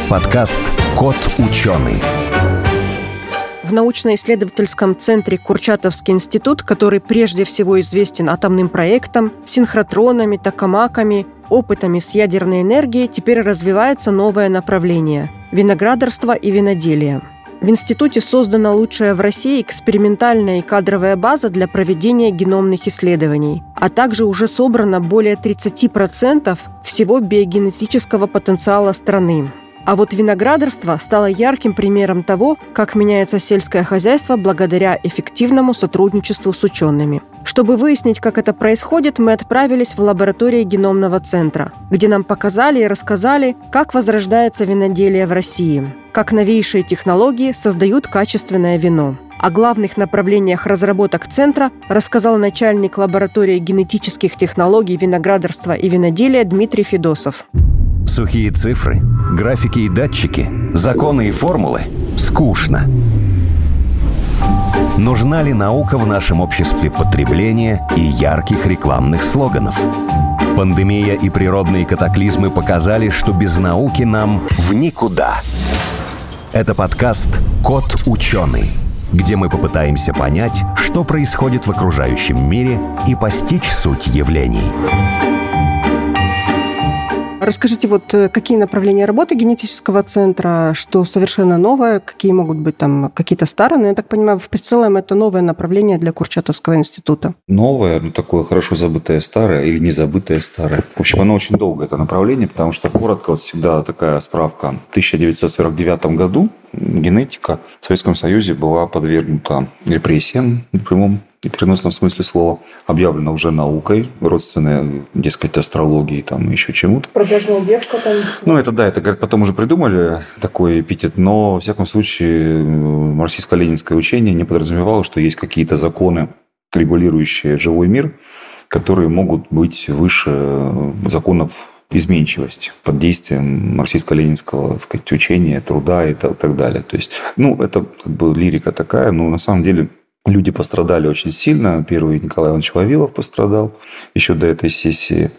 Подкаст «Кот ученый». В научно-исследовательском центре Курчатовский институт, который прежде всего известен атомным проектом, синхротронами, токамаками, опытами с ядерной энергией, теперь развивается новое направление – виноградарство и виноделие. В институте создана лучшая в России экспериментальная и кадровая база для проведения геномных исследований, а также уже собрано более 30% всего биогенетического потенциала страны. А вот виноградарство стало ярким примером того, как меняется сельское хозяйство благодаря эффективному сотрудничеству с учеными. Чтобы выяснить, как это происходит, мы отправились в лабораторию геномного центра, где нам показали и рассказали, как возрождается виноделие в России, как новейшие технологии создают качественное вино. О главных направлениях разработок центра рассказал начальник лаборатории генетических технологий виноградарства и виноделия Дмитрий Федосов. Сухие цифры, графики и датчики, законы и формулы – скучно. Нужна ли наука в нашем обществе потребления и ярких рекламных слоганов? Пандемия и природные катаклизмы показали, что без науки нам в никуда. Это подкаст «Кот ученый», где мы попытаемся понять, что происходит в окружающем мире и постичь суть явлений. Расскажите, какие направления работы генетического центра, что совершенно новое, какие могут быть там какие-то старые, но я так понимаю, в целом это новое направление для Курчатовского института. Новое, такое хорошо забытое старое или не забытое старое. В общем, оно очень долго, это направление, потому что коротко всегда такая справка. В 1949 году генетика в Советском Союзе была подвергнута репрессиям в прямом и переносном смысле слова, объявлена уже наукой, родственная, дескать, астрологии, там еще чему-то. Продажная девка там. Это говорят, потом уже придумали такой эпитет, но, во всяком случае, марксистско-ленинское учение не подразумевало, что есть какие-то законы, регулирующие живой мир, которые могут быть выше законов изменчивости под действием марксистско-ленинского, так сказать, учения, труда и так далее. То есть, это лирика такая, но на самом деле люди пострадали очень сильно. Первый Николай Иванович Вавилов пострадал еще до этой сессии,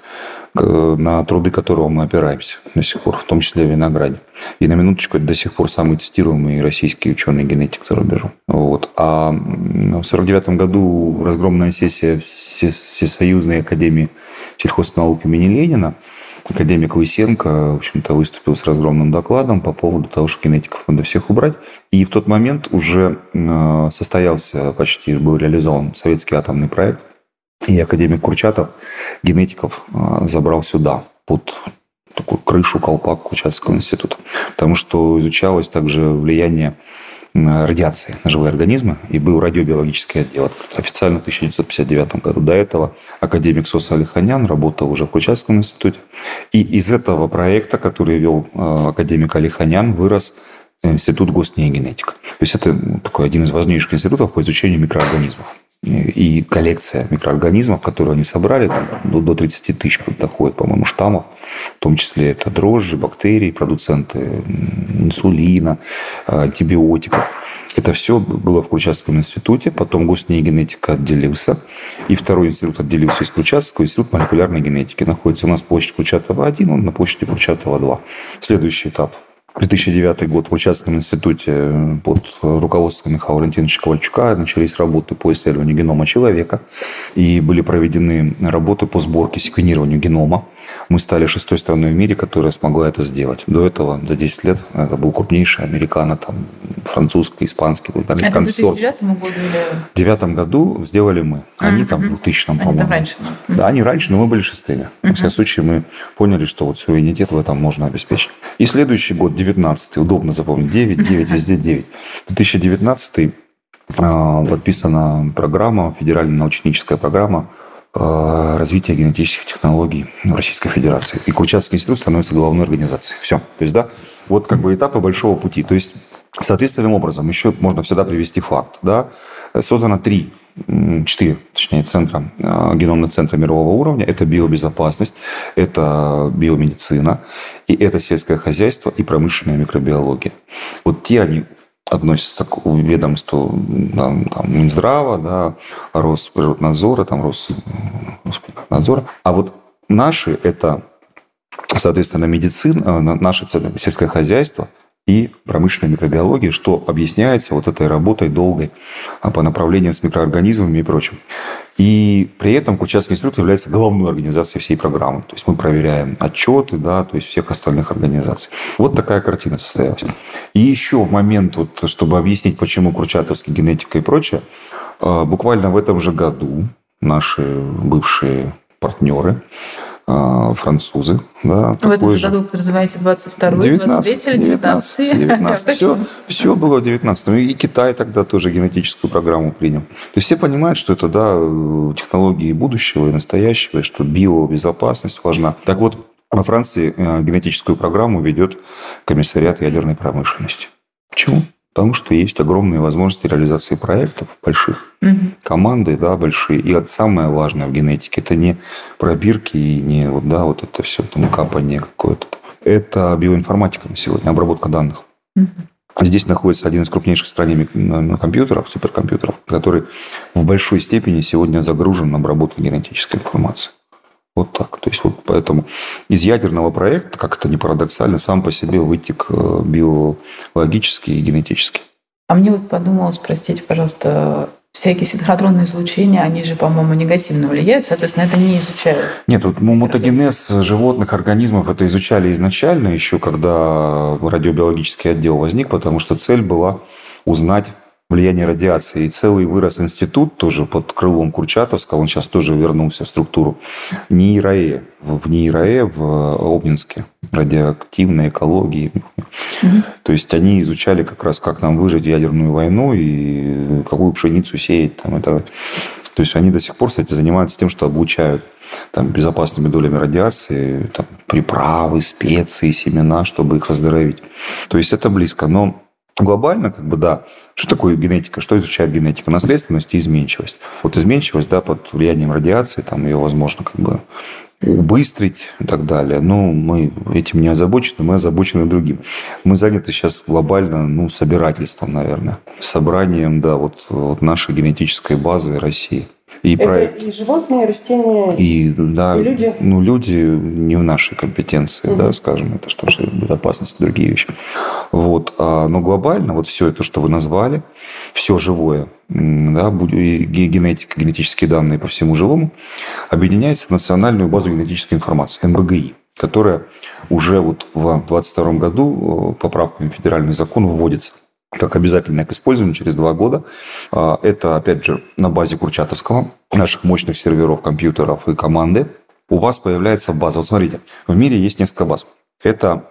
на труды которого мы опираемся до сих пор, в том числе в винограде. И на минуточку, это до сих пор самый цитируемый российский ученый-генетик за рубежом. А в 1949 году разгромная сессия Всесоюзной академии сельхознаук имени Ленина. Академик Лысенко, в общем-то, выступил с разгромным докладом по поводу того, что генетиков надо всех убрать. И в тот момент уже состоялся, почти был реализован советский атомный проект. И академик Курчатов генетиков забрал сюда, под такую крышу, колпак Курчатовского института. Потому что изучалось также влияние радиации на живые организмы, и был радиобиологический отдел. Официально в 1959 году. До этого академик Соса Алиханян работал уже в Курчатовском институте. И из этого проекта, который вел академик Алиханян, вырос Институт госнеогенетика. То есть это такой один из важнейших институтов по изучению микроорганизмов. И коллекция микроорганизмов, которые они собрали, до 30 тысяч доходит, по-моему, штаммов. В том числе это дрожжи, бактерии, продуценты инсулина, антибиотиков. Это все было в Курчатовском институте. Потом госнеогенетика отделился. И второй институт отделился из Курчатовского, институт молекулярной генетики. Находится у нас площадь Курчатова-1, он на площади Курчатова-2. Следующий этап. 2009 год в Курчатовском институте под руководством Михаила Валентиновича Ковальчука начались работы по исследованию генома человека. И были проведены работы по сборке, секвенированию генома. Мы стали 6-й страной в мире, которая смогла это сделать. До этого, за 10 лет, это был крупнейший американо, французский, испанский. Это в 2009 году или... В 2009 году сделали мы. Они там в 2000-м, по-моему. Они там раньше. Да, они раньше, но мы были 6-ми. В всяком случае, мы поняли, что суверенитет в этом можно обеспечить. И следующий год, 19-й, удобно запомнить, 9, везде 9. 2019 подписана программа, федеральная научно-техническая программа развития генетических технологий в Российской Федерации. И Курчатовский институт становится главной организацией. Все. То есть, этапы большого пути. То есть, соответственным образом, еще можно всегда привести факт. Создано 4 центра, геномных центра мирового уровня. Это биобезопасность, это биомедицина, и это сельское хозяйство и промышленная микробиология. Они относятся к ведомству Минздрава, Росприроднадзора, Росприроднадзора. А наши – это соответственно, медицина, наше сельское хозяйство и промышленная микробиология, что объясняется вот этой работой долгой по направлениям с микроорганизмами и прочим. И при этом Курчатовский институт является головной организацией всей программы. То есть мы проверяем отчеты, да, то есть всех остальных организаций. Вот такая картина состоялась. И еще в момент, вот, чтобы объяснить, почему Курчатовский генетика и прочее, буквально в этом же году наши бывшие партнеры, французы. Да, в этом году, называете, 22-й, 23-й или 19-й? Все было в 19-м. И Китай тогда тоже генетическую программу принял. То есть все понимают, что это технологии будущего и настоящего, и что биобезопасность важна. Так вот, во Франции генетическую программу ведет комиссариат ядерной промышленности. Почему? Потому что есть огромные возможности реализации проектов больших, команды, да, большие. И это самое важное в генетике. Это не пробирки и не вот это все, там, капание какое-то. Это биоинформатика на сегодня, обработка данных. Здесь находится один из крупнейших в стране компьютеров, суперкомпьютеров, который в большой степени сегодня загружен на обработку генетической информации. Вот так. То есть, вот поэтому из ядерного проекта, как это ни парадоксально, сам по себе вытек биологический и генетический. А мне вот подумалось, простите, пожалуйста, всякие синхротронные излучения, они же, по-моему, негативно влияют, соответственно, это не изучают. Нет, вот мутагенез животных организмов это изучали изначально, еще когда радиобиологический отдел возник, потому что цель была узнать влияние радиации. И целый вырос институт тоже под крылом Курчатовского, он сейчас тоже вернулся в структуру НИИРАЭ, в Обнинске, радиоактивной экологии. То есть они изучали как раз, как нам выжить в ядерную войну и какую пшеницу сеять. Там, это. То есть они до сих пор, кстати, занимаются тем, что обучают там, безопасными долями радиации, там, приправы, специи, семена, чтобы их оздоровить. То есть это близко. Но глобально, да, что такое генетика, что изучает генетика? Наследственность и изменчивость. Вот изменчивость, да, под влиянием радиации, там ее возможно убыстрить и так далее. Но мы этим не озабочены, мы озабочены другим. Мы заняты сейчас глобально, собирательством, наверное. Собранием, да, вот нашей генетической базы России. И это проект. И животные, и растения, и люди? Люди не в нашей компетенции, да, скажем, это что же безопасность, другие вещи. Вот. Но глобально вот все это, что вы назвали, все живое, да, генетика, генетические данные по всему живому, объединяется в национальную базу генетической информации, НБГИ, которая уже вот в 2022 году поправками в федеральный закон вводится как обязательное к использованию через 2 года. Это, опять же, на базе Курчатовского, наших мощных серверов, компьютеров и команды. У вас появляется база. Вот смотрите, в мире есть несколько баз. Это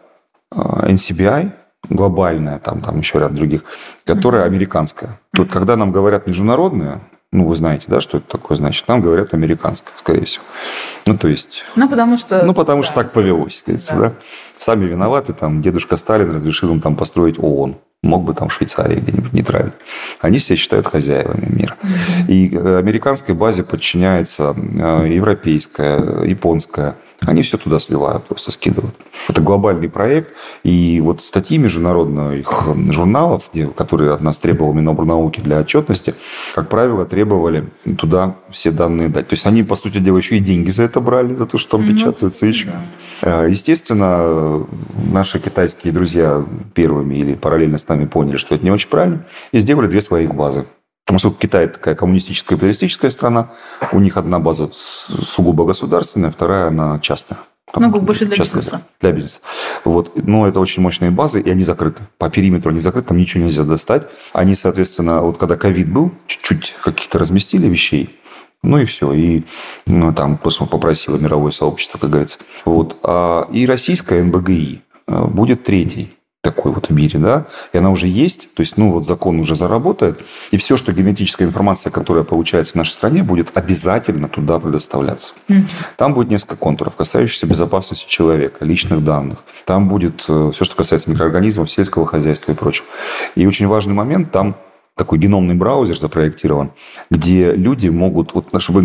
NCBI, глобальная, там еще ряд других, которая американская. Вот когда нам говорят международные, вы знаете, да, что это такое значит? Нам говорят американская, скорее всего. То есть... потому что так повелось, да. Сами виноваты, дедушка Сталин разрешил им построить ООН. Мог бы в Швейцарии где-нибудь нейтрально. Они себя считают хозяевами мира. И американской базе подчиняется европейская, японская. Они все туда сливают, просто скидывают. Это глобальный проект. И вот статьи международных журналов, которые от нас требовал Минобрнауки для отчетности, как правило, требовали туда все данные дать. То есть они, по сути дела, еще и деньги за это брали, за то, что там печатаются еще. Да. Естественно, наши китайские друзья первыми или параллельно с нами поняли, что это не очень правильно, и сделали 2 своих базы. Поскольку Китай такая коммунистическая и капиталистическая страна, у них одна база сугубо государственная, вторая она частная. Больше для бизнеса. Для бизнеса. Вот. Но это очень мощные базы, и они закрыты. По периметру они закрыты, там ничего нельзя достать. Они, соответственно, вот когда ковид был, чуть-чуть каких-то разместили вещей, и все. И там попросило мировое сообщество, как говорится. Вот. И российская НБГИ будет 3-й. Такой в мире, да, и она уже есть, то есть, закон уже заработает, и все, что генетическая информация, которая получается в нашей стране, будет обязательно туда предоставляться. Там будет несколько контуров, касающихся безопасности человека, личных данных. Там будет все, что касается микроорганизмов, сельского хозяйства и прочего. И очень важный момент, там такой геномный браузер запроектирован, где люди могут, чтобы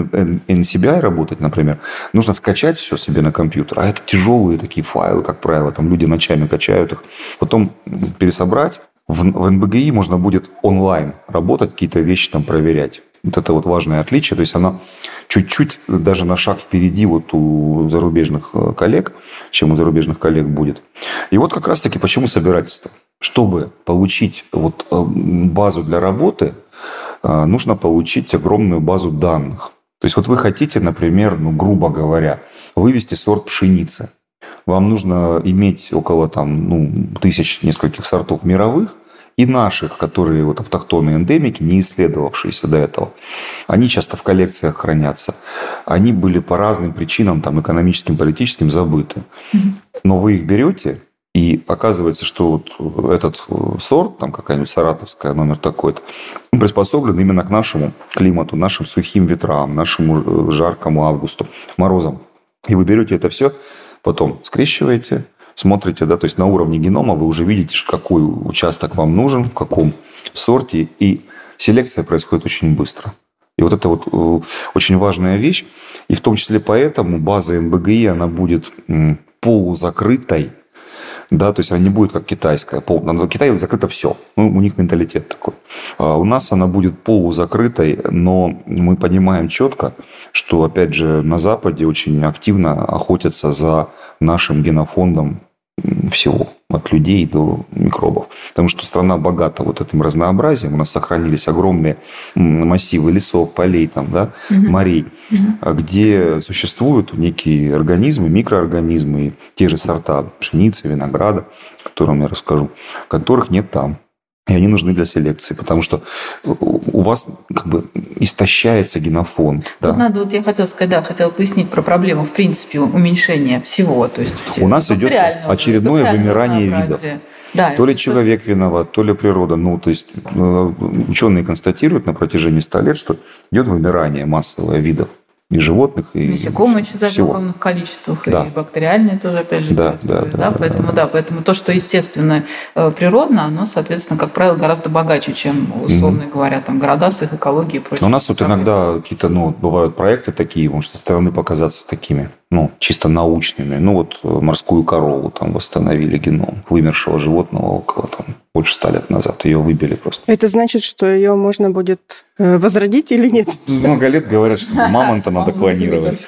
NCBI работать, например, нужно скачать все себе на компьютер, а это тяжелые такие файлы, как правило, там люди ночами качают их, потом пересобрать. В НБГИ можно будет онлайн работать, какие-то вещи там проверять. Вот это вот важное отличие. То есть она чуть-чуть даже на шаг впереди вот у зарубежных коллег, чем у зарубежных коллег будет. И вот как раз-таки почему собирательство? Чтобы получить вот базу для работы, нужно получить огромную базу данных. То есть вот вы хотите, например, грубо говоря, вывести сорт пшеницы. Вам нужно иметь около тысяч нескольких сортов мировых и наших, которые вот автохтонные эндемики, не исследовавшиеся до этого. Они часто в коллекциях хранятся. Они были по разным причинам, экономическим, политическим, забыты. Но вы их берете, и оказывается, что вот этот сорт, какая-нибудь саратовская, номер такой-то, он приспособлен именно к нашему климату, нашим сухим ветрам, нашему жаркому августу, морозам. И вы берете это все, потом скрещиваете, смотрите, то есть на уровне генома вы уже видите, какой участок вам нужен, в каком сорте, и селекция происходит очень быстро. И вот это вот очень важная вещь, и в том числе поэтому база НБГИ, она будет полузакрытой, то есть она не будет как китайская. В Китае закрыто все. У них менталитет такой. А у нас она будет полузакрытой, но мы понимаем четко, что, опять же, на Западе очень активно охотятся за нашим генофондом всего, от людей до микробов. Потому что страна богата вот этим разнообразием. У нас сохранились огромные массивы лесов, полей, морей, где существуют некие организмы, микроорганизмы, и те же сорта пшеницы, винограда, о котором я расскажу, которых нет там. И они нужны для селекции, потому что у вас истощается генофонд. Тут надо, я хотела пояснить про проблему, в принципе, уменьшения всего. То есть у нас идет очередное вымирание видов. Да, то ли человек виноват, то ли природа. То есть ученые констатируют на протяжении 100 лет, что идет вымирание массовое видов. И животных, и насекомые в огромных количествах, и бактериальные тоже, опять же, поэтому то, что естественно природно, оно, соответственно, как правило, гораздо богаче, чем, условно говоря, города с их экологией и прочее. У нас вот иногда какие-то, бывают проекты такие, может, со стороны показаться такими, чисто научными. Морскую корову восстановили геном вымершего животного около больше 100 лет назад. Ее выбили просто. Это значит, что ее можно будет возродить или нет? Много лет говорят, что мамонта надо клонировать.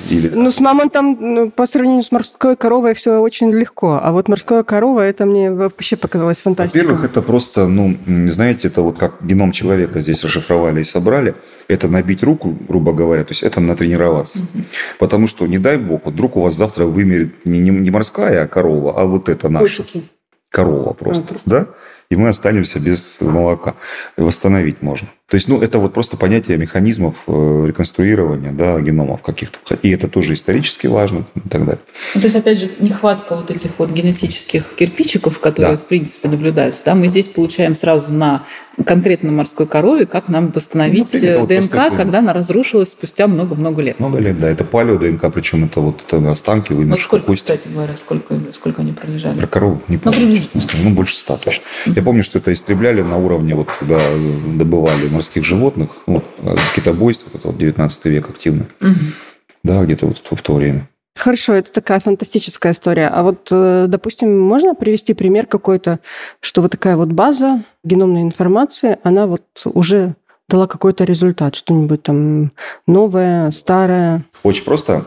С мамонтом по сравнению с морской коровой все очень легко. А вот морская корова, это мне вообще показалось фантастикой. Во-первых, это просто, знаете, это вот как геном человека здесь расшифровали и собрали. Это набить руку, грубо говоря, то есть это натренироваться. Потому что, не дай бог, вдруг у вас завтра вымерет не морская корова, а вот это наша. Корова просто, И мы останемся без молока. Восстановить можно. То есть, это просто понятие механизмов реконструирования геномов каких-то. И это тоже исторически важно и так далее. То есть, опять же, нехватка вот этих генетических кирпичиков, которые, в принципе, наблюдаются. Мы здесь получаем сразу на конкретно морской корове, как нам восстановить ДНК, когда она разрушилась спустя много-много лет. Много лет, это палео-ДНК, причем это останки вымерших кости. Кстати говоря, сколько они пролежали? Про корову не помню, честно скажу. Больше 100 точно. Я помню, что это истребляли на уровне, когда добывали морских животных, китобойство, это 19 век активно. Где-то в то время. Хорошо, это такая фантастическая история. А вот, допустим, можно привести пример какой-то, что вот такая вот база геномной информации, она уже дала какой-то результат, что-нибудь новое, старое? Очень просто.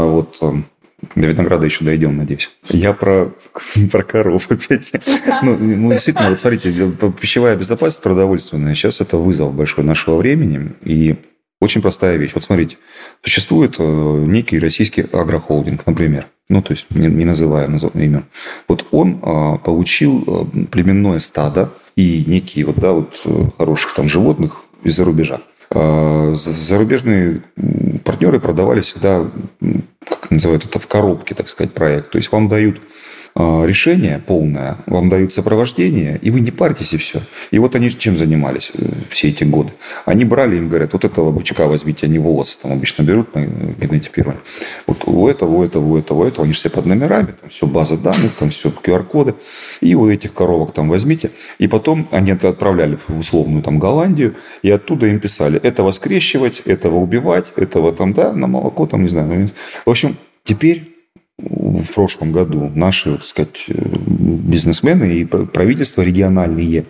До винограда еще дойдем, надеюсь. Я про коров опять. Действительно, смотрите, пищевая безопасность продовольственная, сейчас это вызов большой нашего времени. И очень простая вещь. Смотрите, существует некий российский агрохолдинг, например. То есть, не называя имя. Он получил племенное стадо и некие хороших животных из-за рубежа. Зарубежные партнеры продавали всегда, как называют это, в коробке, так сказать, проект. То есть вам дают решение полное, вам дают сопровождение, и вы не паритесь, и все. И они чем занимались все эти годы? Они брали, им говорят, вот этого бычка возьмите, они волосы обычно берут на генотипирование. У этого, они же все под номерами, все база данных, все QR-коды. И у этих коровок возьмите. И потом они это отправляли в условную Голландию, и оттуда им писали, этого скрещивать, этого убивать, этого на молоко, не знаю. В общем, теперь в прошлом году наши, бизнесмены и правительства региональные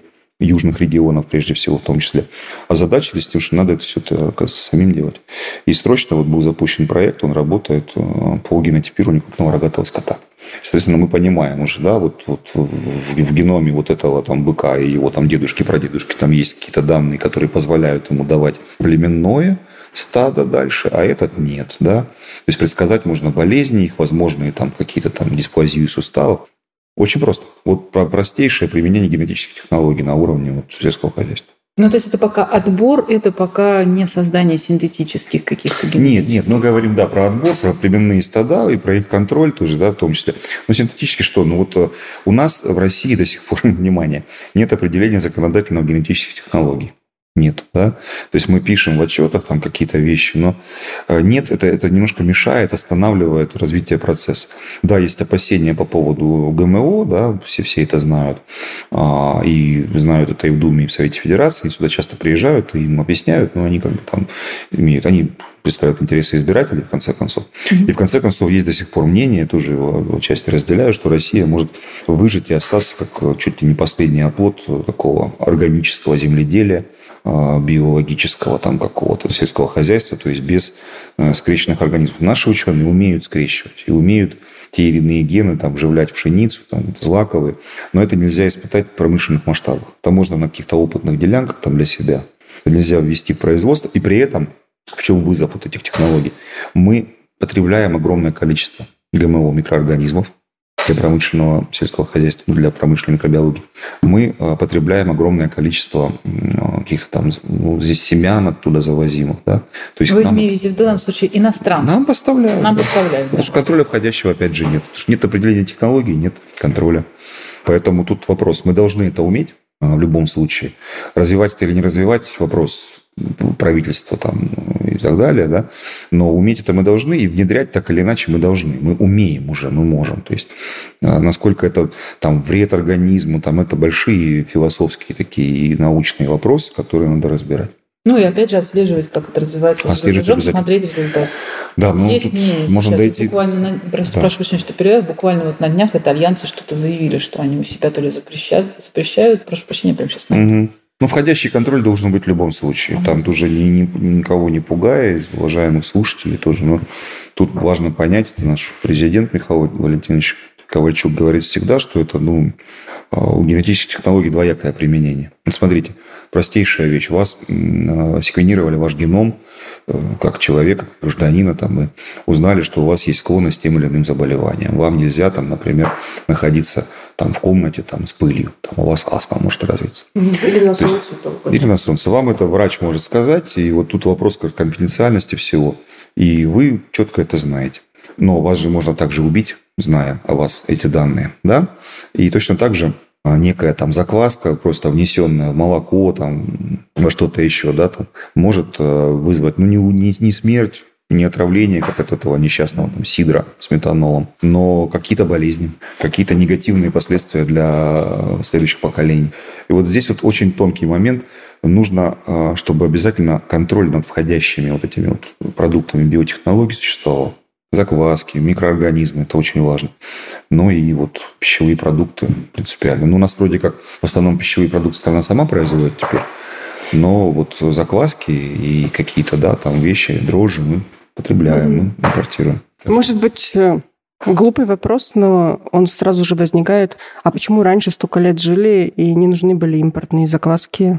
южных регионов, прежде всего, в том числе, озадачились тем, что надо это все, оказывается, самим делать. И срочно был запущен проект, он работает по генотипированию крупного рогатого скота. Соответственно, мы понимаем уже, вот в геноме вот этого там быка и его там дедушки, прадедушки, там есть какие-то данные, которые позволяют ему давать племенное стадо дальше, а этот нет, То есть предсказать можно болезни, их возможные там какие-то там дисплазии суставов. Очень просто. Простейшее применение генетических технологий на уровне сельского хозяйства. То есть это пока отбор, это пока не создание синтетических каких-то генетических... Нет, мы говорим, про отбор, про племенные стада и про их контроль тоже, в том числе. Но синтетически что? У нас в России до сих пор, внимание, нет определения законодательного генетических технологий. Нет, То есть мы пишем в отчетах там какие-то вещи, но нет, это немножко мешает, останавливает развитие процесса. Да, есть опасения по поводу ГМО, все это знают. И знают это и в Думе, и в Совете Федерации. И сюда часто приезжают, и им объясняют, но они они представляют интересы избирателей, в конце концов. И в конце концов есть до сих пор мнение, тоже его отчасти разделяю, что Россия может выжить и остаться как чуть ли не последний оплот такого органического земледелия, биологического какого-то сельского хозяйства, то есть без скрещенных организмов. Наши ученые умеют скрещивать и умеют те или иные гены вживлять в пшеницу, злаковые, но это нельзя испытать в промышленных масштабах. Это можно на каких-то опытных делянках для себя. Это нельзя ввести в производство, и при этом, в чем вызов этих технологий, мы потребляем огромное количество ГМО микроорганизмов для промышленного сельского хозяйства, для промышленной микробиологии. Мы потребляем огромное количество каких-то здесь семян оттуда завозимых. То есть вы имеете в данном случае иностранцев? Нам поставляют. Потому что контроля входящего, опять же, нет. Потому что нет определения технологий, нет контроля. Поэтому тут вопрос. Мы должны это уметь в любом случае. Развивать это или не развивать – вопрос правительства и так далее, но уметь это мы должны, и внедрять так или иначе мы должны. Мы умеем уже, мы можем. То есть, насколько это вред организму, это большие философские такие и научные вопросы, которые надо разбирать. И опять же отслеживать, как это развивается, смотреть результат. Есть мнение. Можно дойти. Буквально, прошу прощения, что перерываю, буквально на днях итальянцы что-то заявили, что они у себя то ли запрещают. Прошу прощения, прямо сейчас. Входящий контроль должен быть в любом случае. Там тоже никого не пугая, из уважаемых слушателей тоже. Но тут важно понять, это наш президент Михаил Валентинович Ковальчук говорит всегда, что это у генетических технологий двоякое применение. Смотрите, простейшая вещь. Вас секвенировали ваш геном как человека, как гражданина, и узнали, что у вас есть склонность к тем или иным заболеваниям. Вам нельзя, например, находиться в комнате с пылью. У вас астма может развиться. Или на солнце. Или на солнце. Вам это врач может сказать. И тут вопрос конфиденциальности всего. И вы четко это знаете. Но вас же можно также убить, зная о вас эти данные. И точно так же некая закваска, просто внесенная в молоко, во что-то еще, может вызвать, не смерть, не отравление, как от этого несчастного сидра с метанолом, но какие-то болезни, какие-то негативные последствия для следующих поколений. И здесь очень тонкий момент. Нужно, чтобы обязательно контроль над входящими этими продуктами биотехнологий существовал. Закваски, микроорганизмы, это очень важно. И пищевые продукты принципиально. У нас вроде как в основном пищевые продукты страна сама производит теперь, но закваски и какие-то, вещи, дрожжи мы потребляем, мы импортируем. Может быть, глупый вопрос, но он сразу же возникает. А почему раньше столько лет жили и не нужны были импортные закваски?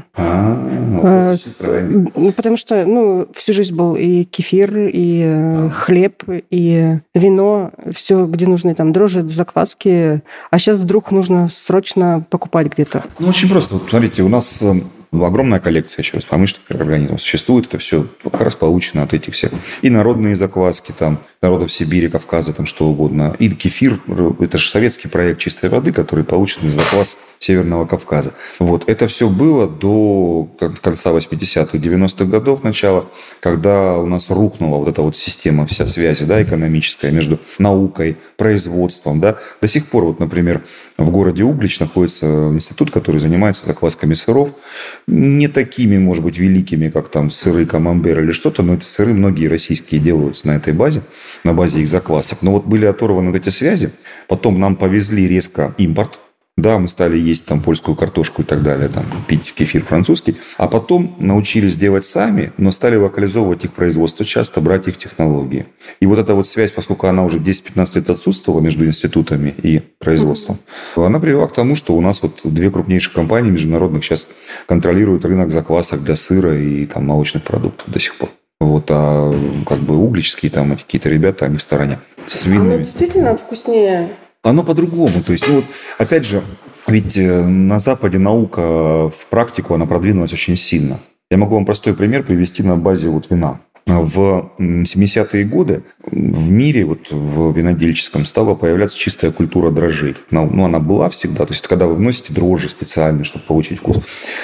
Потому что всю жизнь был и кефир, и хлеб, и вино, все, где нужны дрожжи, закваски. А сейчас вдруг нужно срочно покупать где-то. Очень просто. Смотрите, у нас огромная коллекция еще раз промышленных микроорганизмов. Существует это все как раз получено от этих всех. И народные закваски, народов Сибири, Кавказа, что угодно. И кефир, это же советский проект чистой воды, который получен из заквас Северного Кавказа. Это все было до конца 80-х, 90-х годов начала, когда у нас рухнула эта система вся связи, экономическая между наукой, производством. До сих пор, например, в городе Углич находится институт, который занимается заквасками сыров. Не такими, может быть, великими, как сыры камамбер или что-то, но это сыры многие российские делаются на этой базе, на базе их заквасок. Но были оторваны эти связи, потом нам повезли резко импорт, Да, мы стали есть там польскую картошку и так далее, там, пить кефир французский, а потом научились делать сами, но стали локализовывать их производство, часто брать их технологии. И вот эта вот связь, поскольку она уже 10-15 лет отсутствовала между институтами и производством, она привела к тому, что у нас вот две крупнейших компании международных сейчас контролируют рынок заквасок для сыра и там молочных продуктов до сих пор. Вот, а как бы углические там эти какие-то ребята, они в стороне. Оно действительно вкуснее? Оно по-другому. То есть, ну вот, опять же, ведь на Западе наука в практику, она продвинулась очень сильно. Я могу вам простой пример привести на базе вот вина. В 70-е годы в мире, вот в винодельческом, стала появляться чистая культура дрожжей. Ну, она была всегда. То есть, когда вы вносите дрожжи специально, чтобы получить вкус.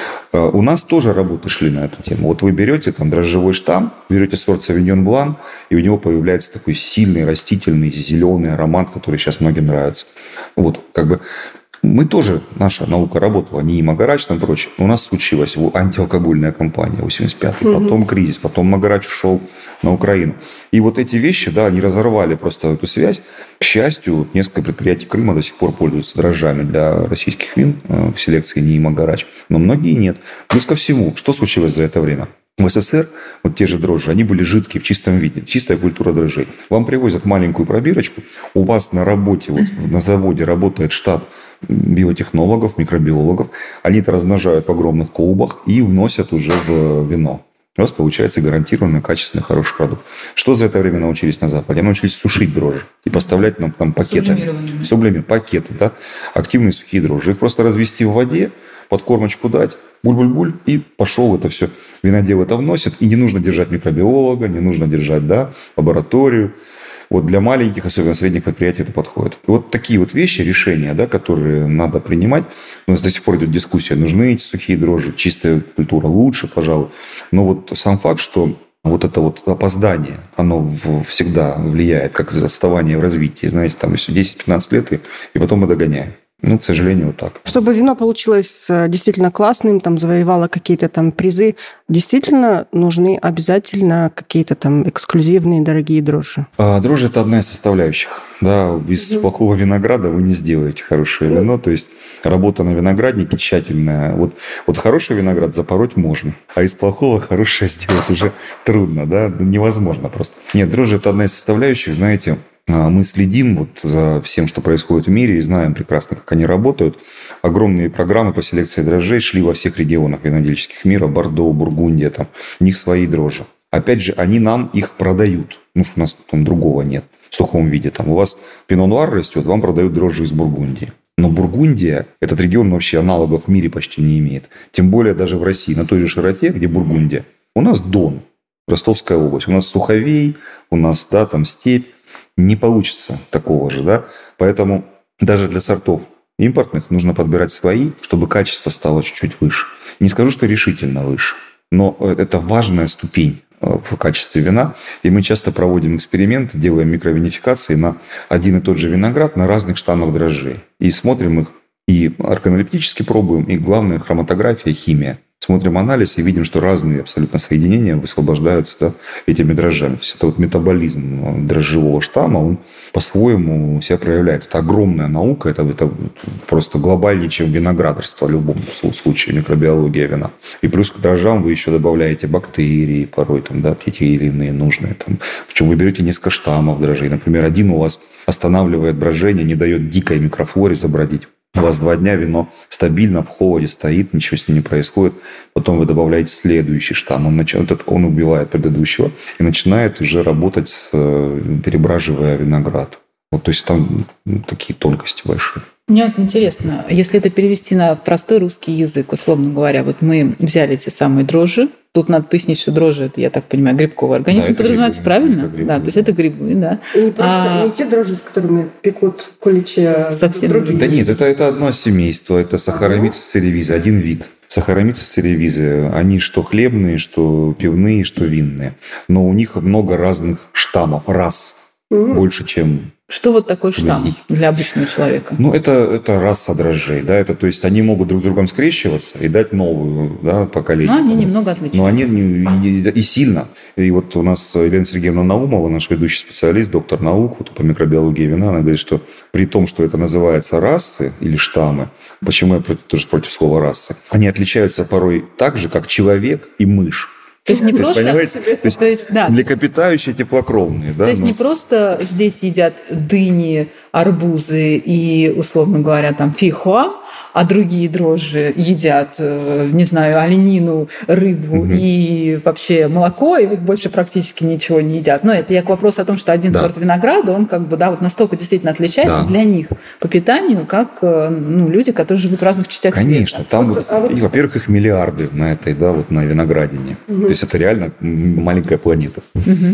У нас тоже работы шли на эту тему. Вот вы берете там дрожжевой штамм, берете сорт Sauvignon Blanc, и у него появляется такой сильный, растительный, зеленый аромат, который сейчас многим нравится. Вот, как бы мы тоже, наша наука работала, не Магарач там прочее. У нас случилась антиалкогольная кампания 85-й, потом кризис, потом Магарач ушел на Украину. И вот эти вещи, да, они разорвали просто эту связь. К счастью, несколько предприятий Крыма до сих пор пользуются дрожжами для российских вин в селекции НИИ Магарач, но многие нет. Плюс ко всему, что случилось за это время? В СССР вот те же дрожжи, они были жидкие в чистом виде, чистая культура дрожжей. Вам привозят маленькую пробирочку, у вас на работе, вот, на заводе работает штат биотехнологов, микробиологов, они это размножают в огромных колбах и вносят уже в вино. У вас получается гарантированно качественный, хороший продукт. Что за это время научились на Западе? Они научились сушить дрожжи и поставлять нам там пакеты. Пакеты, да? Активные сухие дрожжи. Их просто развести в воде, подкормочку дать, буль-буль-буль, и пошел это все. Винодел это вносит, и не нужно держать микробиолога, не нужно держать, да, лабораторию. Вот для маленьких, особенно средних предприятий, это подходит. И вот такие вот вещи, решения, да, которые надо принимать. У нас до сих пор идет дискуссия, нужны эти сухие дрожжи, чистая культура лучше, пожалуй. Но вот сам факт, что вот это вот опоздание, оно всегда влияет, как отставание в развитии. Знаете, там еще 10-15 лет, и потом мы догоняем. Ну, к сожалению, вот так. Чтобы вино получилось действительно классным, там, завоевало какие-то там призы, действительно нужны обязательно какие-то там эксклюзивные дорогие дрожжи? Дрожжи – это одна из составляющих. Да, из плохого винограда вы не сделаете хорошее вино. То есть работа на винограднике тщательная. Вот хороший виноград запороть можно, а из плохого хорошее сделать уже трудно, да, невозможно просто. Нет, дрожжи – это одна из составляющих, знаете. Мы следим вот за всем, что происходит в мире, и знаем прекрасно, как они работают. Огромные программы по селекции дрожжей шли во всех регионах винодельческих мира. Бордо, Бургундия, там, у них свои дрожжи. Опять же, они нам их продают. Ну, что у нас там другого нет в сухом виде. Там у вас пино-нуар растет, вам продают дрожжи из Бургундии. Но Бургундия, этот регион вообще аналогов в мире почти не имеет. Тем более даже в России, на той же широте, где Бургундия. У нас Дон, Ростовская область. У нас Суховей, у нас, да, там степь. Не получится такого же, да? Поэтому даже для сортов импортных нужно подбирать свои, чтобы качество стало чуть-чуть выше. Не скажу, что решительно выше, но это важная ступень в качестве вина. И мы часто проводим эксперименты, делаем микровинификации на один и тот же виноград на разных штаммах дрожжей. И смотрим их, и органолептически пробуем, и главное хроматография, химия. Смотрим анализ и видим, что разные абсолютно соединения высвобождаются, да, этими дрожжами. То есть это вот метаболизм дрожжевого штамма, он по-своему себя проявляет. Это огромная наука, это просто глобальнее, чем виноградарство в любом случае, микробиология вина. И плюс к дрожжам вы еще добавляете бактерии порой, там, да, те или иные нужные. Там. Причем вы берете несколько штаммов дрожжей. Например, один у вас останавливает брожение, не дает дикой микрофлоре забродить. У вас 2 дня вино стабильно в холоде стоит, ничего с ним не происходит. Потом вы добавляете следующий штамм. Он убивает предыдущего и начинает уже работать, перебраживая виноград. Вот, то есть там такие тонкости большие. Мне вот интересно, если это перевести на простой русский язык, условно говоря, вот мы взяли те самые дрожжи. Тут надо пояснить, что дрожжи, это, я так понимаю, грибковый организм, да, подразумевается, грибы, правильно? Грибы, да, то есть это грибы, да. И не просто не те дрожжи, с которыми пекут куличи, а совсем другие. Да нет, это одно семейство, это Saccharomyces cerevisiae, один вид. Saccharomyces cerevisiae, они что хлебные, что пивные, что винные. Но у них много разных штаммов, рас, больше, чем Что вот такой штамм для обычного человека? Ну, это раса дрожжей, да, то есть они могут друг с другом скрещиваться и дать новую, да, поколение. Но они немного отличаются. Но они и сильно. И вот у нас Елена Сергеевна Наумова, наш ведущий специалист, доктор наук по микробиологии вина, она говорит, что при том, что это называется расы или штаммы, почему я тоже против слова расы, они отличаются порой так же, как человек и мышь. То есть не просто млекопитающие теплокровные. Да, то есть не просто здесь едят дыни, арбузы и, условно говоря, там фейхоа, а другие дрожжи едят, не знаю, оленину, рыбу и вообще молоко, и вот больше практически ничего не едят. Но это я к вопросу о том, что один сорт винограда, он как бы, да, вот настолько действительно отличается для них по питанию, как люди, которые живут в разных частях света. Конечно, там во-первых, их миллиарды на этой, да, вот на виноградине. То есть это реально маленькая планета.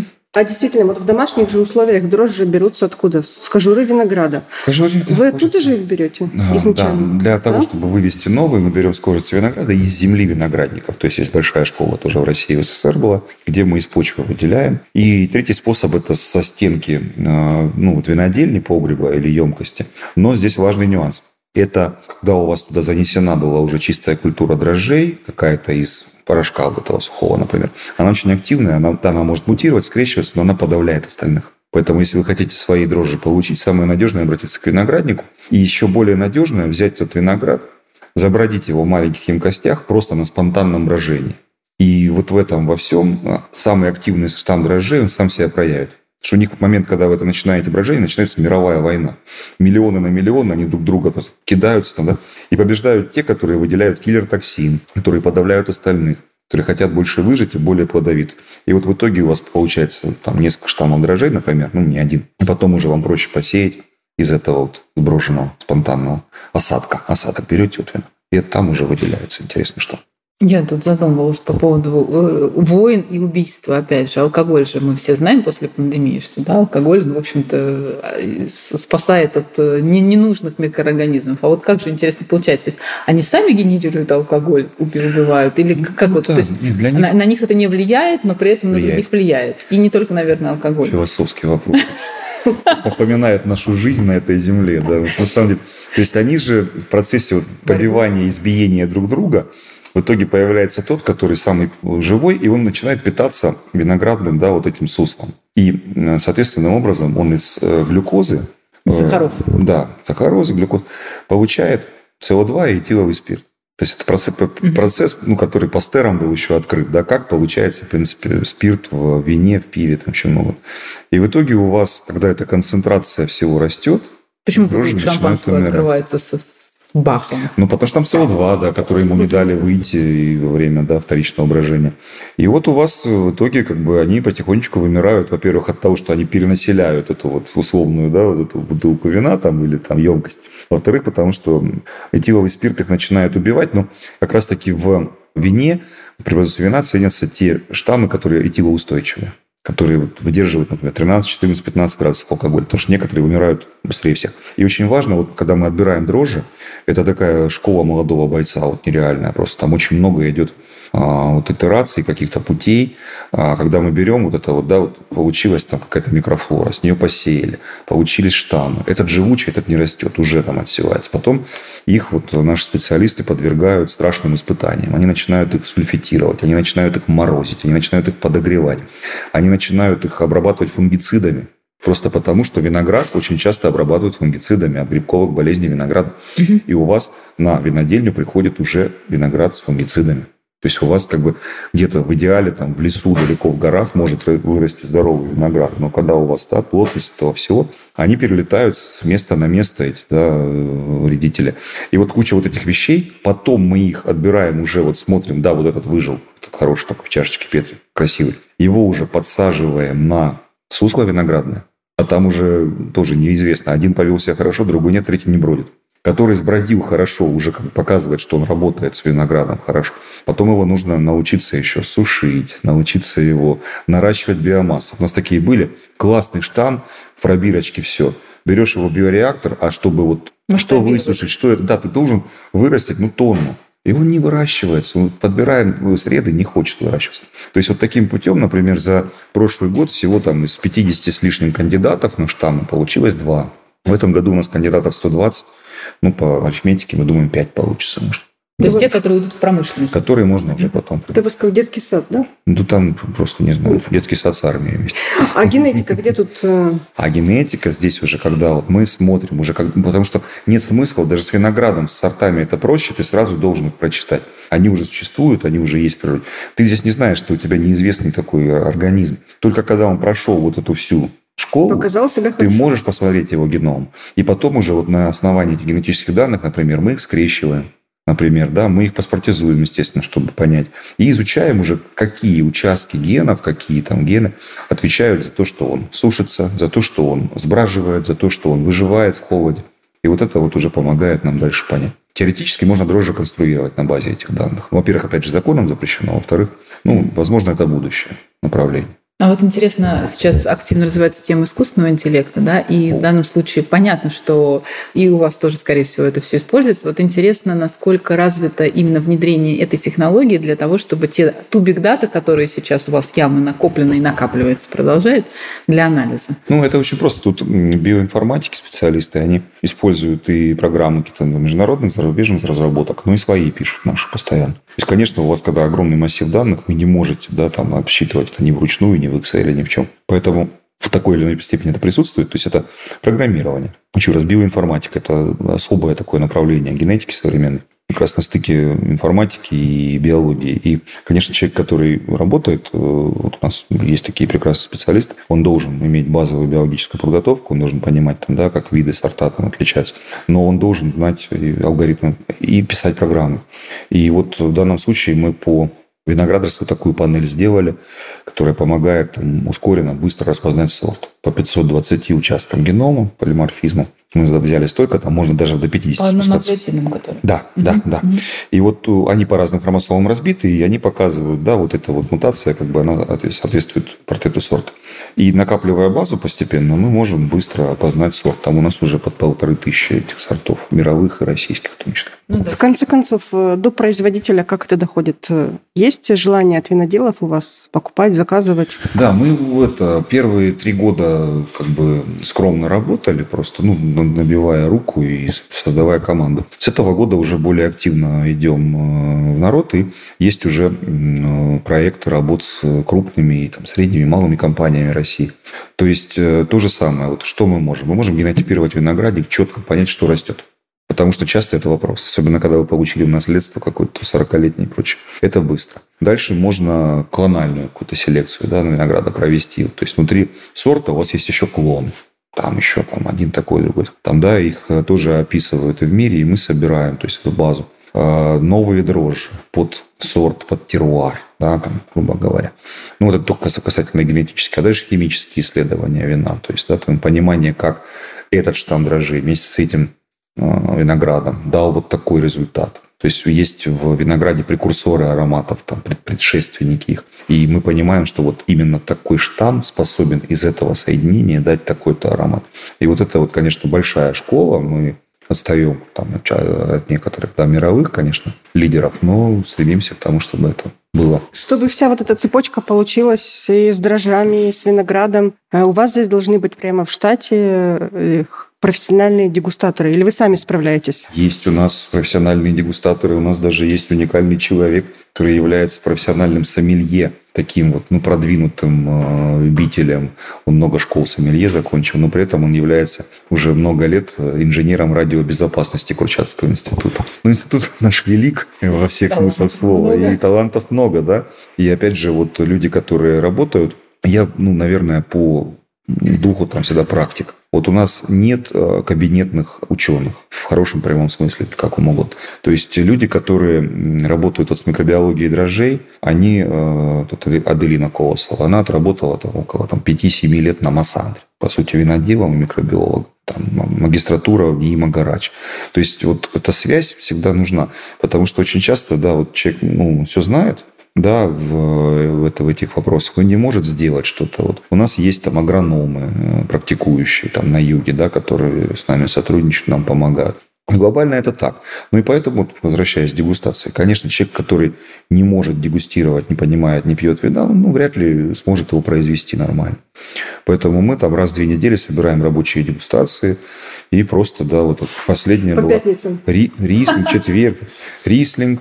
А действительно, вот в домашних же условиях дрожжи берутся откуда? С кожуры винограда. Вы оттуда же их берете изначально? Да, для того, чтобы вывести новые, мы берем с кожицы винограда из земли виноградников. То есть большая школа тоже в России, в СССР была, где мы из почвы выделяем. И третий способ – это со стенки винодельни, погреба или емкости. Но здесь важный нюанс. Это когда у вас туда занесена была уже чистая культура дрожжей, какая-то из порошка вот этого сухого, например. Она очень активная, она может мутировать, скрещиваться, но она подавляет остальных. Поэтому, если вы хотите свои дрожжи получить, самое надежное – обратиться к винограднику. И еще более надежное – взять этот виноград, забродить его в маленьких емкостях просто на спонтанном брожении. И вот в этом во всем самый активный штамм дрожжей, он сам себя проявит. Потому что у них в момент, когда вы это начинаете брожение, начинается мировая война. Миллионы на миллион, они друг друга кидаются там, да, и побеждают те, которые выделяют киллер-токсин, которые подавляют остальных, которые хотят больше выжить и более плодовит. И вот в итоге у вас получается там несколько штаммов дрожжей, например, не один. И потом уже вам проще посеять из этого вот сброшенного спонтанного осадка. Осадок берете вот вино, и там уже выделяется. Интересно, что. Я тут задумывалась по поводу войн и убийства, опять же. Алкоголь же мы все знаем после пандемии, что да, алкоголь, в общем-то, спасает от ненужных микроорганизмов. А вот как же, интересно, получается? То есть они сами генерируют алкоголь, убивают? Или как вот? Да, то есть на них это не влияет, но при этом на других влияет. И не только, наверное, алкоголь. Философский вопрос. Напоминает нашу жизнь на этой земле. Да. На самом деле, то есть они же в процессе побивания, избиения друг друга в итоге появляется тот, который самый живой, и он начинает питаться виноградным, да, вот этим суслом. И, соответственным образом, он из глюкозы... Сахаров. Сахарозы, глюкозы, получает СО2 и этиловый спирт. То есть это процесс, который Пастером был еще открыт, да, как получается, в принципе, спирт в вине, в пиве, там еще много. И в итоге у вас, когда эта концентрация всего растет... Почему шампанское открывается с бахом? Потому что там СО2, да, который ему не дали выйти во время вторичного брожения. И вот у вас в итоге они потихонечку вымирают, во-первых, от того, что они перенаселяют эту вот условную, да, вот эту бутылку вина там, или там емкость. Во-вторых, потому что этиловый спирт их начинает убивать, но как раз-таки в вине, при производстве вина ценятся те штаммы, которые этилоустойчивые, которые выдерживают, например, 13, 14, 15 градусов алкоголя, потому что некоторые умирают быстрее всех. И очень важно, когда мы отбираем дрожжи, это такая школа молодого бойца, нереальная, просто там очень много идет итераций, каких-то путей, когда мы берем получилась там какая-то микрофлора, с нее посеяли, получились штаммы. Этот живучий, этот не растет, уже там отсевается. Потом их наши специалисты подвергают страшным испытаниям. Они начинают их сульфитировать, они начинают их морозить, они начинают их подогревать, они начинают их обрабатывать фунгицидами. Просто потому, что виноград очень часто обрабатывают фунгицидами от грибковых болезней винограда. И у вас на винодельню приходит уже виноград с фунгицидами. То есть у вас где-то в идеале в лесу, далеко в горах может вырасти здоровый виноград. Но когда у вас плотность этого всего, они перелетают с места на место, эти вредители. И куча этих вещей, потом мы их отбираем уже, смотрим, этот выжил, этот хороший такой в чашечке Петри, красивый. Его уже подсаживаем на сусло виноградное, а там уже тоже неизвестно. Один повел себя хорошо, другой нет, третий не бродит. Который сбродил хорошо, уже показывает, что он работает с виноградом хорошо. Потом его нужно научиться еще сушить, научиться его наращивать биомассу. У нас такие были. Классный штамм, в пробирочке все. Берешь его в биореактор, а чтобы что высушить, что это? Да, ты должен вырастить тонну. И он не выращивается. Он, подбирая среды, не хочет выращиваться. То есть вот таким путем, например, за прошлый год всего там из 50 с лишним кандидатов на штаммы получилось 2. В этом году у нас кандидатов 120. По арифметике, мы думаем, 5 получится, может. То есть те, которые идут в промышленность. Которые можно уже потом. Ты бы сказал, детский сад, да? Там просто, не знаю, детский сад с армией вместе. А генетика где тут? А генетика здесь уже, когда вот мы смотрим, потому что нет смысла, даже с виноградом, с сортами это проще, ты сразу должен их прочитать. Они уже существуют, они уже есть в природе. Ты здесь не знаешь, что у тебя неизвестный такой организм. Только когда он прошел вот эту всю школу, показал себя ты можешь посмотреть его геном. И потом уже вот на основании этих генетических данных, например, мы их скрещиваем. Например, мы их паспортизуем, естественно, чтобы понять. И изучаем уже, какие участки генов, какие там гены отвечают за то, что он сушится, за то, что он сбраживает, за то, что он выживает в холоде. И вот это вот уже помогает нам дальше понять. Теоретически можно дрожжи конструировать на базе этих данных. Во-первых, опять же, законом запрещено. Во-вторых, возможно, это будущее направление. А вот интересно, сейчас активно развивается тема искусственного интеллекта, да, и в данном случае понятно, что и у вас тоже, скорее всего, это все используется. Вот интересно, насколько развито именно внедрение этой технологии для того, чтобы ту бигдату, которая сейчас у вас явно накоплена и накапливается, продолжает для анализа. Это очень просто. Тут биоинформатики специалисты, они используют и программы каких-то международных, зарубежных разработок, но и свои пишут наши постоянно. То есть, конечно, у вас, когда огромный массив данных, вы не можете, обсчитывать это ни вручную, ни в Excel, ни в чем. Поэтому в такой или иной степени это присутствует. То есть, это программирование. Еще раз, биоинформатика – это особое такое направление генетики современной. Как раз на стыке информатики и биологии. И, конечно, человек, который работает, вот у нас есть такие прекрасные специалисты, он должен иметь базовую биологическую подготовку, он должен понимать, как виды, сорта отличаются. Но он должен знать алгоритмы и писать программы. И вот в данном случае мы по виноградарству такую панель сделали, которая помогает ускоренно, быстро распознать сорт. По 520 участкам генома, полиморфизму. Мы взяли столько, там можно даже до 50 спускаться. По однонуклеотидным, которые? Да. И вот они по разным хромосомам разбиты, и они показывают, вот эта вот мутация, она соответствует портрету сорта. И накапливая базу постепенно, мы можем быстро опознать сорт. Там у нас уже под 1500 этих сортов, мировых и российских в том числе. В конце концов, до производителя как это доходит? Есть желание от виноделов у вас покупать, заказывать? Да, мы первые 3 года скромно работали, просто набивая руку и создавая команду. С этого года уже более активно идем в народ, и есть уже проекты работ с крупными и средними, малыми компаниями России. То есть то же самое. Что мы можем? Мы можем генотипировать виноградник, четко понять, что растет. Потому что часто это вопрос. Особенно, когда вы получили в наследство какой-то 40-летний и прочее. Это быстро. Дальше можно клональную какую-то селекцию на винограда провести. То есть внутри сорта у вас есть еще клон. Там еще один такой, другой. Их тоже описывают и в мире, и мы собираем, то есть эту базу. Новые дрожжи под сорт, под теруар, грубо говоря. Это только касательно генетических, а дальше химические исследования вина. То есть понимание, как этот штамм дрожжей вместе с этим виноградом дал вот такой результат. То есть есть в винограде прекурсоры ароматов, предшественники их. И мы понимаем, что именно такой штамм способен из этого соединения дать такой-то аромат. И это, конечно, большая школа. Мы отстаем от некоторых мировых, конечно, лидеров, но стремимся к тому, чтобы это было. Чтобы вся эта цепочка получилась и с дрожжами, и с виноградом, у вас здесь должны быть прямо в штате профессиональные дегустаторы, или вы сами справляетесь? Есть у нас профессиональные дегустаторы, у нас даже есть уникальный человек, который является профессиональным сомелье, таким продвинутым любителем. Он много школ сомелье закончил, но при этом он является уже много лет инженером радиобезопасности Курчатовского института. Институт наш велик во всех смыслах слова, и талантов много, И опять же, люди, которые работают, я, наверное, по духу всегда практик. У нас нет кабинетных ученых в хорошем прямом смысле, как могут. То есть люди, которые работают с микробиологией дрожжей, они, Аделина Колосова, она отработала около 5-7 лет на Моссандре. По сути, виноделом и микробиологом. Магистратура в НИИ Магарач. То есть эта связь всегда нужна. Потому что очень часто, человек все знает, в этих вопросах, он не может сделать что-то. У нас есть агрономы, практикующие на юге, которые с нами сотрудничают, нам помогают. Глобально это так. Ну и поэтому, возвращаясь к дегустации, конечно, человек, который не может дегустировать, не понимает, не пьет вина, вряд ли сможет его произвести нормально. Поэтому мы там раз в 2 недели собираем рабочие дегустации. И просто, вот последняя по была. Пятницам. Рислинг, четверг. Рислинг.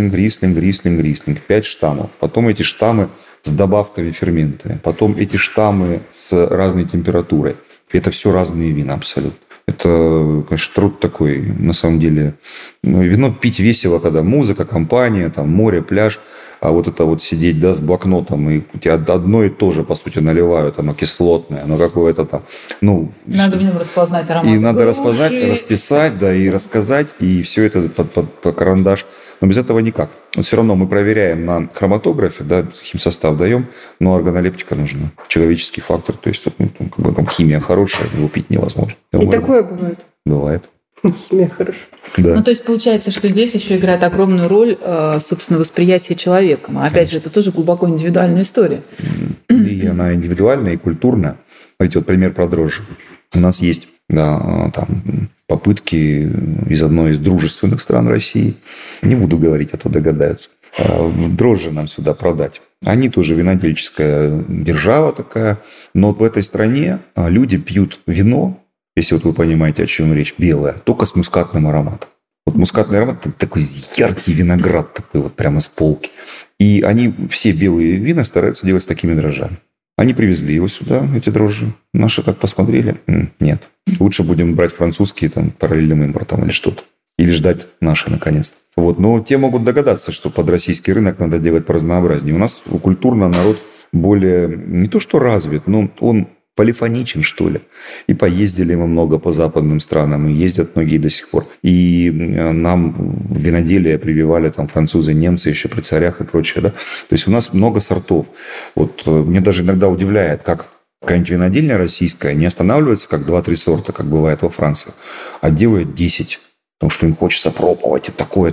5 штаммов. Потом эти штаммы с добавками ферментами. Потом эти штаммы с разной температурой. Это все разные вина абсолютно. Это, конечно, труд такой, на самом деле. Вино пить весело, когда музыка, компания, там, море, пляж. А вот это вот сидеть, с блокнотом, и тебе одно и то же, по сути, наливают, оно кислотное, оно какое-то там, Надо в нем распознать аромат. И надо распознать, расписать, и рассказать, и все это под карандаш. Но без этого никак. Но все равно мы проверяем на хроматографе, химсостав даем, но органолептика нужна. Человеческий фактор, то есть химия хорошая, его пить невозможно. И такое бывает. Бывает. Химия хорошая. Да. То есть получается, что здесь еще играет огромную роль, собственно, восприятие человеком. А опять же, это тоже глубоко индивидуальная история. И она индивидуальная, и культурная. Смотрите, вот пример про дрожжи. У нас есть попытки из одной из дружественных стран России, не буду говорить, а то догадаются, дрожжи нам сюда продать. Они тоже винодельческая держава такая, но в этой стране люди пьют вино, если вы понимаете, о чем речь, белое, только с мускатным ароматом. Вот мускатный аромат – такой яркий виноград, такой прямо с полки. И они все белые вина стараются делать с такими дрожжами. Они привезли его сюда, эти дрожжи. Наши так посмотрели. Нет. Лучше будем брать французские параллельным импортом или что-то. Или ждать наши, наконец-то. Но те могут догадаться, что под российский рынок надо делать поразнообразнее. У нас культурно народ более не то что развит, но он полифоничен, что ли. И поездили мы много по западным странам, и ездят многие до сих пор. И нам виноделие прививали французы, немцы еще при царях и прочее. Да? То есть у нас много сортов. Мне даже иногда удивляет, как какая-нибудь винодельня российская не останавливается, как 2-3 сорта, как бывает во Франции, а делает 10. Потому что им хочется пробовать. И такое.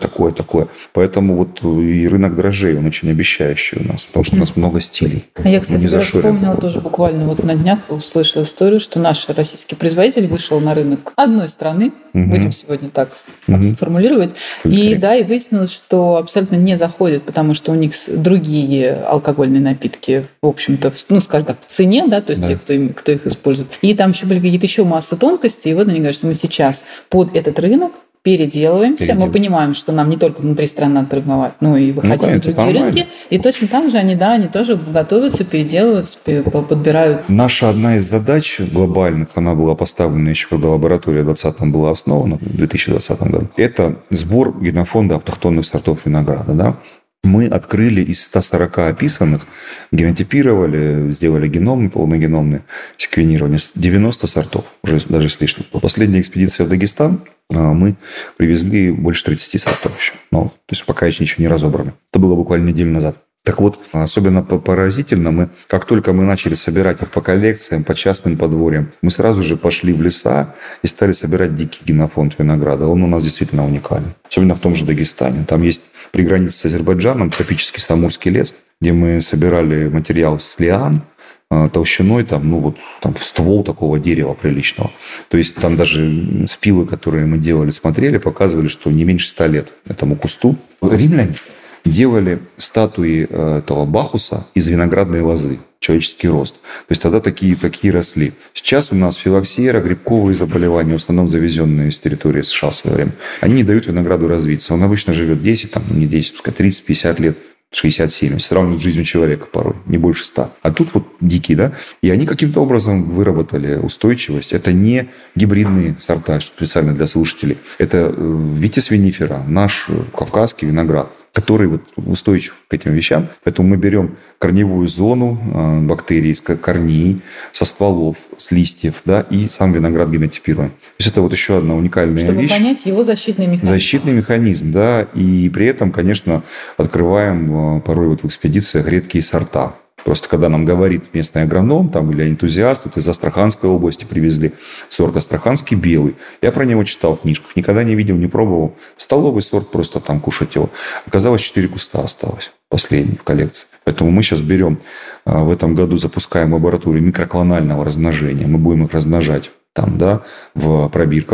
Поэтому и рынок дрожжей, он очень обещающий у нас. Потому что у нас много стилей. Я, кстати, вспомнила тоже буквально на днях, услышала историю, что наш российский производитель вышел на рынок одной страны, будем сегодня так сформулировать, и выяснилось, что абсолютно не заходит, потому что у них другие алкогольные напитки, в общем-то, скажем так, в цене, то есть те, кто их использует. И там еще были какие-то еще масса тонкостей, и они говорят, что мы сейчас под этот рынок переделываемся. Мы понимаем, что нам не только внутри страны надо торговать, но и выходить на другие рынки. И точно так же они тоже готовятся, переделываются, подбирают. Наша одна из задач глобальных, она была поставлена еще, когда лаборатория в 2020 была основана, в 2020 году, это сбор генофонда автохтонных сортов винограда. Да? Мы открыли из 140 описанных, генотипировали, сделали геномы, полногеномные секвенирование, 90 сортов, уже даже с лишним. Последняя экспедиция в Дагестан, мы привезли больше 30 сортов еще. То есть пока еще ничего не разобрано. Это было буквально неделю назад. Так вот, особенно поразительно, как только мы начали собирать их по коллекциям, по частным подворьям, мы сразу же пошли в леса и стали собирать дикий генофонд винограда. Он у нас действительно уникален. Особенно в том же Дагестане. Там есть при границе с Азербайджаном тропический самурский лес, где мы собирали материал с лиан, толщиной в ствол такого дерева приличного. То есть там даже спилы, которые мы делали, смотрели, показывали, что не меньше 100 лет этому кусту. Римляне делали статуи этого Бахуса из виноградной лозы, человеческий рост. То есть тогда такие росли. Сейчас у нас филоксера, грибковые заболевания, в основном завезенные с территории США в свое время, они не дают винограду развиться. Он обычно живет 10, не 10, пускай 30-50 лет. 60-70, сравнивают с жизнью человека порой, не больше 100. А тут дикие, да? И они каким-то образом выработали устойчивость. Это не гибридные сорта, специально для слушателей. Это Витис винифера, наш кавказский виноград, который устойчив к этим вещам. Поэтому мы берем корневую зону бактерий с корней, со стволов, с листьев, и сам виноград генотипируем. То есть это еще одна уникальная вещь. Чтобы понять его защитный механизм. Защитный механизм, да. И при этом, конечно, открываем порой в экспедициях редкие сорта. Просто когда нам говорит местный агроном или энтузиаст, из Астраханской области привезли сорт астраханский белый. Я про него читал в книжках, никогда не видел, не пробовал. Столовый сорт, просто кушать его. Оказалось, 4 куста осталось, последний в коллекции. Поэтому мы сейчас берем, в этом году запускаем лабораторию микроклонального размножения. Мы будем их размножать в пробирках,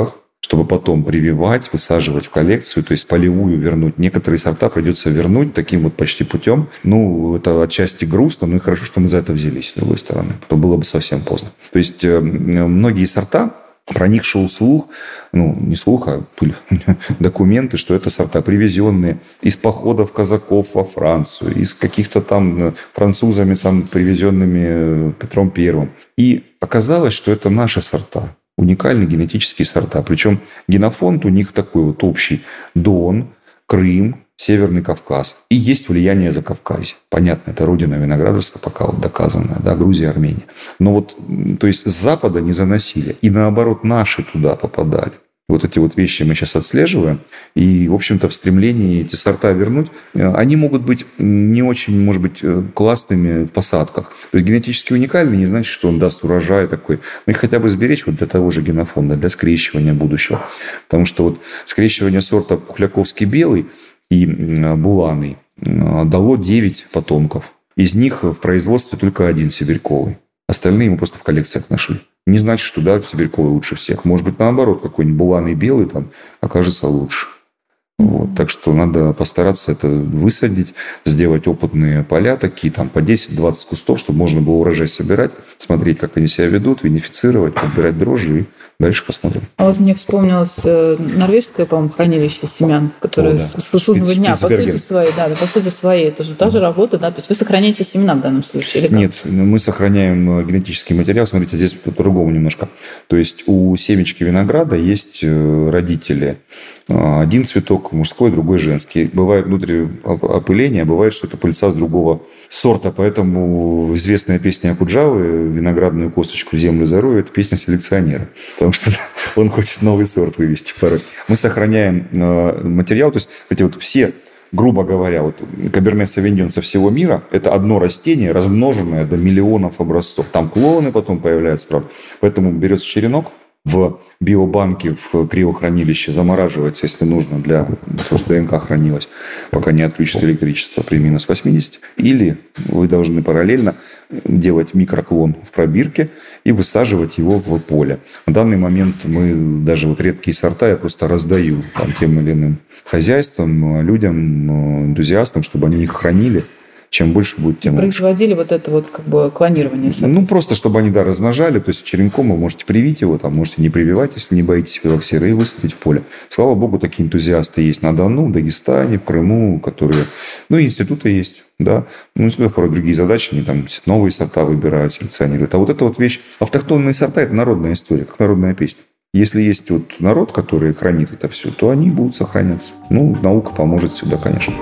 чтобы потом прививать, высаживать в коллекцию, то есть полевую вернуть. Некоторые сорта придется вернуть таким вот почти путем. Ну, это отчасти грустно, но и хорошо, что мы за это взялись, с другой стороны. То было бы совсем поздно. То есть многие сорта, проникший слух, ну, не слух, а документы, что это сорта, привезенные из походов казаков во Францию, из каких-то там французами, там, привезенными Петром Первым. И оказалось, что это наши сорта, уникальные генетические сорта. Причем генофонд у них такой вот общий: Дон, Крым, Северный Кавказ. И есть влияние Закавказья. Понятно, это родина виноградарства, пока вот доказано, да, Грузия, Армения. Но вот, то есть с Запада не заносили. И наоборот, наши туда попадали. Вот эти вот вещи мы сейчас отслеживаем. И, в общем-то, в стремлении эти сорта вернуть, они могут быть не очень, может быть, классными в посадках. То есть генетически уникальный не значит, что он даст урожай такой. Но их хотя бы сберечь вот для того же генофонда, для скрещивания будущего. Потому что вот скрещивание сорта Пухляковский белый и Буланый дало 9 потомков. Из них в производстве только 1 сибирьковый. Остальные мы просто в коллекциях нашли. Не значит, что да, сибирьковый лучше всех. Может быть, наоборот, какой-нибудь Буланый белый там окажется лучше. Вот. Так что надо постараться это высадить, сделать опытные поля такие, там по 10-20 кустов, чтобы можно было урожай собирать, смотреть, как они себя ведут, винифицировать, подбирать дрожжи и дальше посмотрим. А вот мне вспомнилось норвежское, по-моему, хранилище семян, которое с судного дня, по сути своей, это же та же работа, да? То есть вы сохраняете семена в данном случае? Или как? Нет, мы сохраняем генетический материал. Смотрите, здесь по-другому немножко. То есть у семечки винограда есть родители. Один цветок мужской, другой женский. Бывает внутри опыление, бывает, что это пыльца с другого сорта. Поэтому известная песня Акуджавы «Виноградную косточку в землю зарою» – это песня селекционера. Потому что он хочет новый сорт вывести порой. Мы сохраняем материал. То есть эти вот все, грубо говоря, вот Каберне Савиньон со всего мира – это одно растение, размноженное до миллионов образцов. Там клоны потом появляются, правда. Поэтому берется черенок, в биобанке, в криохранилище замораживается, если нужно, для того, чтобы ДНК хранилась, пока не отключится электричество при минус 80. Или вы должны параллельно делать микроклон в пробирке и высаживать его в поле. На данный момент мы даже вот редкие сорта я просто раздаю там, тем или иным хозяйствам, людям, энтузиастам, чтобы они их хранили. Чем больше будет, тем лучше. Производили вот это вот как бы клонирование. Ну, просто чтобы они, да, размножали. То есть черенком вы можете привить его, там можете не прививать, если не боитесь филоксеры, и высадить в поле. Слава богу, такие энтузиасты есть на Дону, в Дагестане, в Крыму, которые... Ну, и институты есть, да. Ну, институты порой другие задачи, они там новые сорта выбирают, селекционируют. А вот эта вот вещь, автохтонные сорта – это народная история, как народная песня. Если есть вот народ, который хранит это все, то они будут сохраняться. Ну, наука поможет всегда, конечно.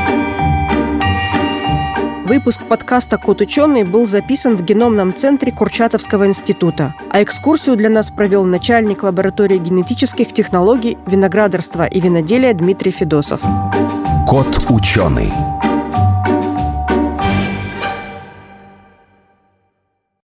Выпуск подкаста «Кот ученый» был записан в геномном центре Курчатовского института, а экскурсию для нас провел начальник лаборатории генетических технологий, виноградарства и виноделия Дмитрий Федосов. «Кот ученый».